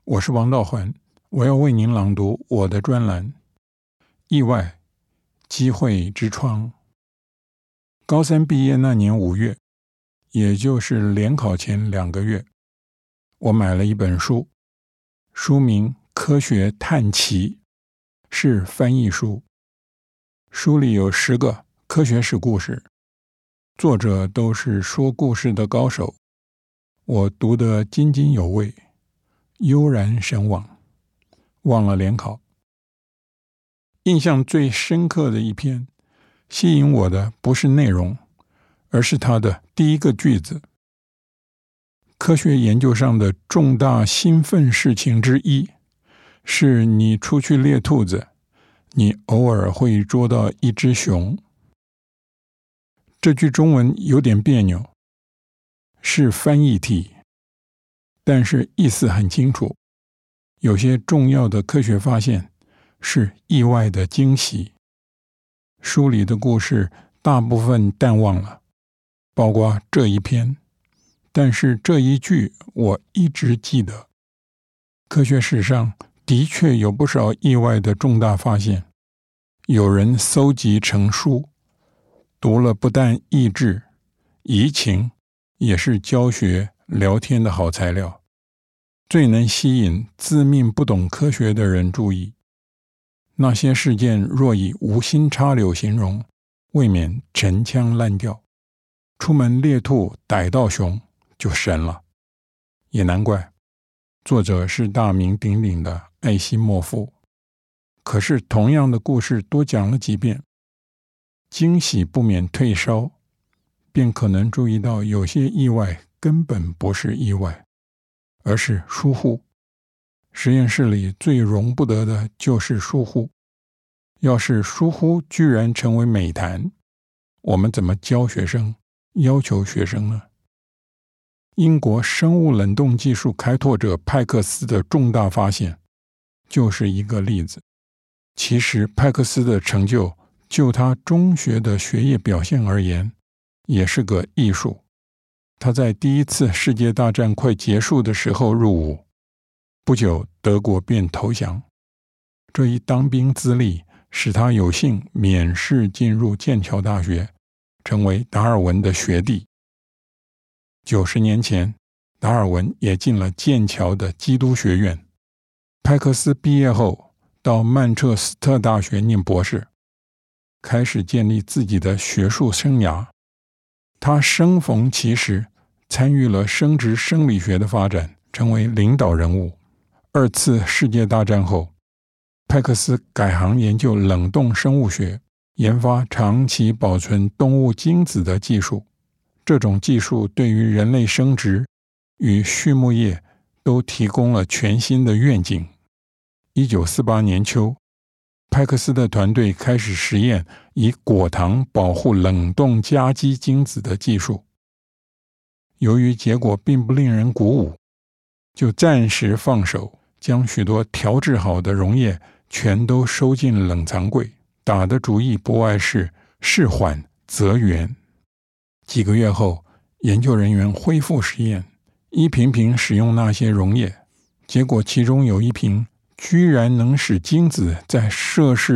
我是王道环，我要为您朗读我的专栏《意外机会之窗》。高三毕业那年5月，也就是联考前2个月，我买了一本书，书名《科学探奇》，是翻译书。书里有10个科学史故事，作者都是说故事的高手，我读得津津有味，悠然神往，忘了联考。印象最深刻的一篇，吸引我的不是内容，而是它的第一个句子。科学研究上的重大兴奋事情之一，是你出去猎兔子，你偶尔会捉到一只熊。这句中文有点别扭，是翻译题，但是意思很清楚。有些重要的科学发现是意外的惊喜。书里的故事大部分淡忘了，包括这一篇，但是这一句我一直记得。科学史上的确有不少意外的重大发现，有人搜集成书，读了不但益智、怡情，也是教学、聊天的好材料，最能吸引自命不懂科学的人注意。那些事件若以无心插柳形容，未免陈腔滥调。出门猎兔逮到熊就神了，也难怪作者是大名鼎鼎的艾西莫夫。可是同样的故事多讲了几遍，惊喜不免退烧，便可能注意到有些意外根本不是意外，而是疏忽。实验室里最容不得的就是疏忽。要是疏忽居然成为美谈，我们怎么教学生、要求学生呢？英国生物冷冻技术开拓者派克斯的重大发现就是一个例子。其实派克斯的成就他中学的学业表现而言，也是个艺术。他在第一次世界大战快结束的时候入伍，不久德国便投降。这一当兵资历使他有幸免试进入剑桥大学，成为达尔文的学弟。90年前，达尔文也进了剑桥的基督学院。派克斯毕业后到曼彻斯特大学念博士，开始建立自己的学术生涯。他生逢其时，参与了生殖生理学的发展，成为领导人物。2次世界大战后，派克斯改行研究冷冻生物学，研发长期保存动物精子的技术。这种技术对于人类生殖与畜牧业都提供了全新的愿景。1948年秋，派克斯的团队开始实验以果糖保护冷冻家鸡精子的技术。由于结果并不令人鼓舞，就暂时放手，将许多调制好的溶液全都收进冷藏柜，打的主意不外是事缓则圆。几个月后，研究人员恢复实验，一瓶瓶使用那些溶液，结果其中有一瓶居然能使精子在摄氏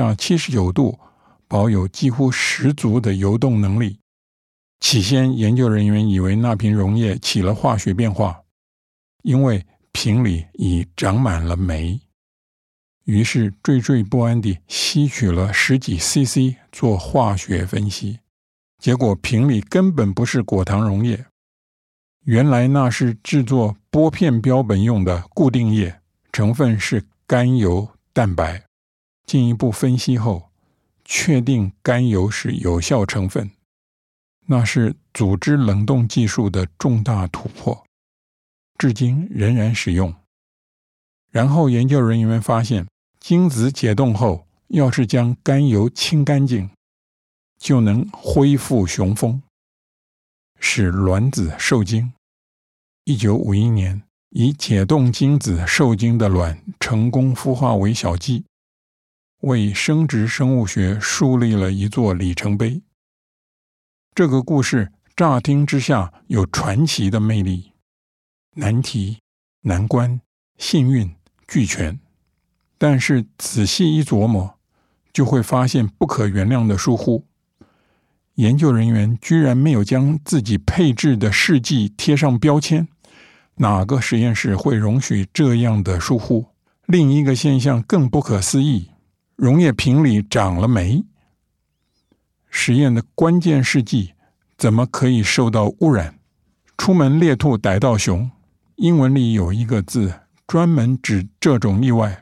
-79度保有几乎十足的游动能力。起先研究人员以为那瓶溶液起了化学变化，因为瓶里已长满了酶，于是惴惴不安地吸取了10几 cc 做化学分析，结果瓶里根本不是果糖溶液，原来那是制作玻片标本用的固定液，成分是甘油蛋白。进一步分析后，确定甘油是有效成分，那是组织冷冻技术的重大突破，至今仍然使用。然后研究人员发现，精子解冻后，要是将甘油清干净，就能恢复雄风，使卵子受精。1951年，以解冻精子受精的卵成功孵化为小鸡，为生殖生物学树立了一座里程碑。这个故事乍听之下有传奇的魅力，难题、难关幸运、俱全。但是仔细一琢磨，就会发现不可原谅的疏忽。研究人员居然没有将自己配置的试剂贴上标签，哪个实验室会容许这样的疏忽？另一个现象更不可思议，溶液瓶里长了霉。实验的关键试剂怎么可以受到污染？出门猎兔逮到熊，英文里有一个字专门指这种意外，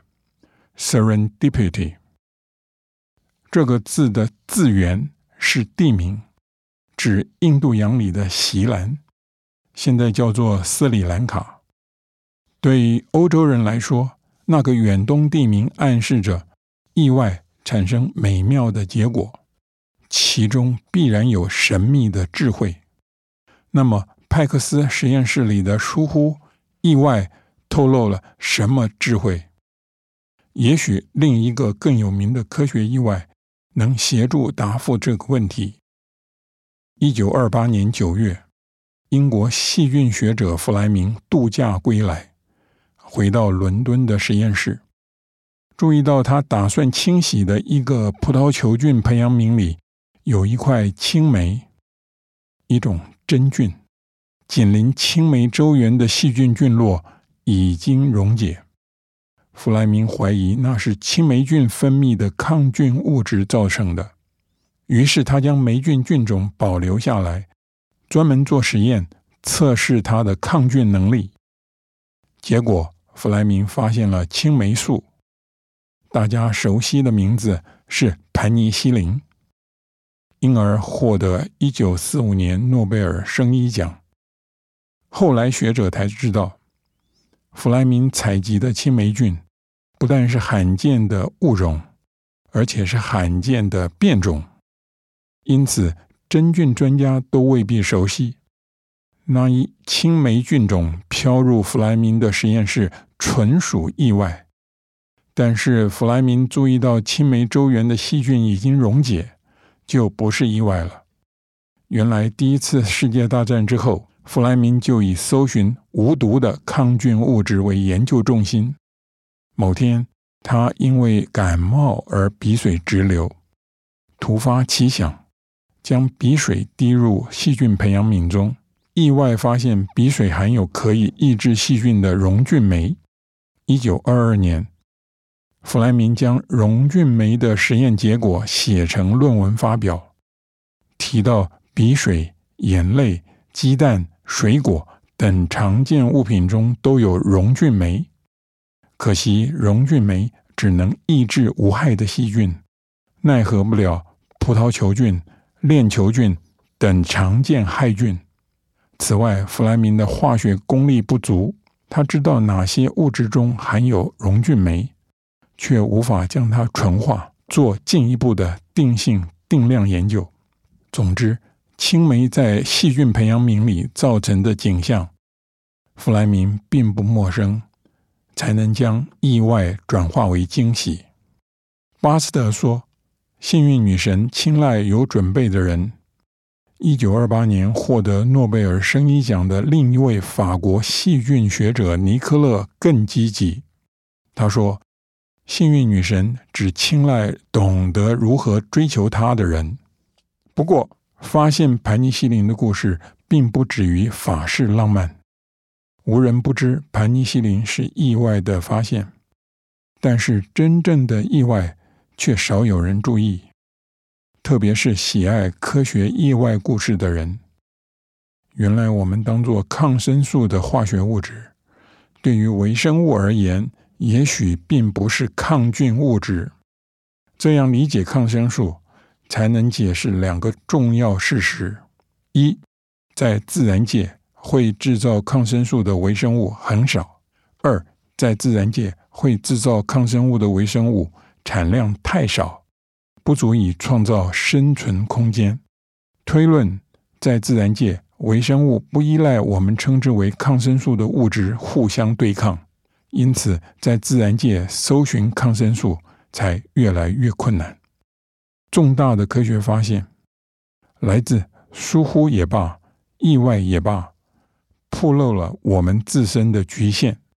serendipity。 这个字的字源是地名，指印度洋里的锡兰，现在叫做斯里兰卡。对于欧洲人来说，那个远东地名暗示着意外产生美妙的结果，其中必然有神秘的智慧。那么派克斯实验室里的疏忽意外透露了什么智慧？也许另一个更有名的科学意外能协助答复这个问题。1928年9月，英国细菌学者弗莱明度假归来，回到伦敦的实验室，注意到他打算清洗的一个葡萄球菌培养皿里有一块青霉，一种真菌，紧邻青霉周缘的细菌菌落已经溶解。弗莱明怀疑那是青霉菌分泌的抗菌物质造成的，于是他将霉菌菌种保留下来，专门做实验测试它的抗菌能力。结果弗莱明发现了青霉素，大家熟悉的名字是盘尼西林，因而获得1945年诺贝尔生医奖。后来学者才知道，弗莱明采集的青霉菌不但是罕见的物种，而且是罕见的变种，因此真菌专家都未必熟悉。那一青霉菌种飘入弗莱明的实验室纯属意外，但是弗莱明注意到青霉周缘的细菌已经溶解，就不是意外了。原来第一次世界大战之后，弗莱明就以搜寻无毒的抗菌物质为研究重心。某天，他因为感冒而鼻水直流，突发奇想，将鼻水滴入细菌培养皿中，意外发现鼻水含有可以抑制细菌的溶菌酶。1922年，弗莱明将溶菌酶的实验结果写成论文发表，提到鼻水、眼泪、鸡蛋、水果等常见物品中都有溶菌酶。可惜溶菌酶只能抑制无害的细菌，奈何不了葡萄球菌、链球菌等常见害菌。此外，弗莱明的化学功力不足，他知道哪些物质中含有溶菌酶，却无法将它纯化，做进一步的定性定量研究。总之，青霉在细菌培养皿里造成的景象，弗莱明并不陌生，才能将意外转化为惊喜。巴斯德说，幸运女神青睐有准备的人。1928年获得诺贝尔生医奖的另一位法国细菌学者尼科勒更积极。他说，幸运女神只青睐懂得如何追求她的人。不过，发现盘尼西林的故事并不止于法式浪漫。无人不知盘尼西林是意外的发现，但是真正的意外却少有人注意，特别是喜爱科学意外故事的人。原来我们当作抗生素的化学物质，对于微生物而言，也许并不是抗菌物质。这样理解抗生素，才能解释两个重要事实：一，在自然界会制造抗生素的微生物很少；二，在自然界会制造抗生物的微生物产量太少，不足以创造生存空间。推论，在自然界，微生物不依赖我们称之为抗生素的物质互相对抗，因此在自然界搜寻抗生素才越来越困难。重大的科学发现，来自疏忽也罢，意外也罢，暴露了我们自身的局限。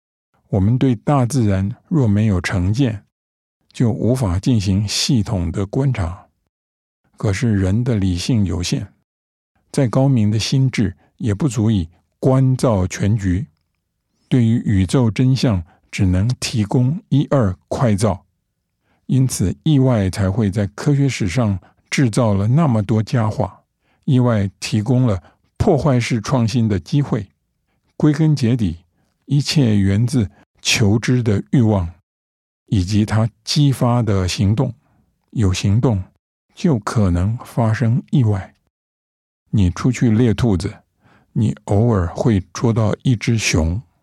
我们对大自然若没有成见，就无法进行系统的观察。可是人的理性有限，再高明的心智也不足以观照全局，对于宇宙真相只能提供一二快照，因此意外才会在科学史上制造了那么多佳话。意外提供了破坏式创新的机会。归根结底，一切源自求知的欲望以及它激发的行动。有行动就可能发生意外。你出去猎兔子，你偶尔会捉到一只熊，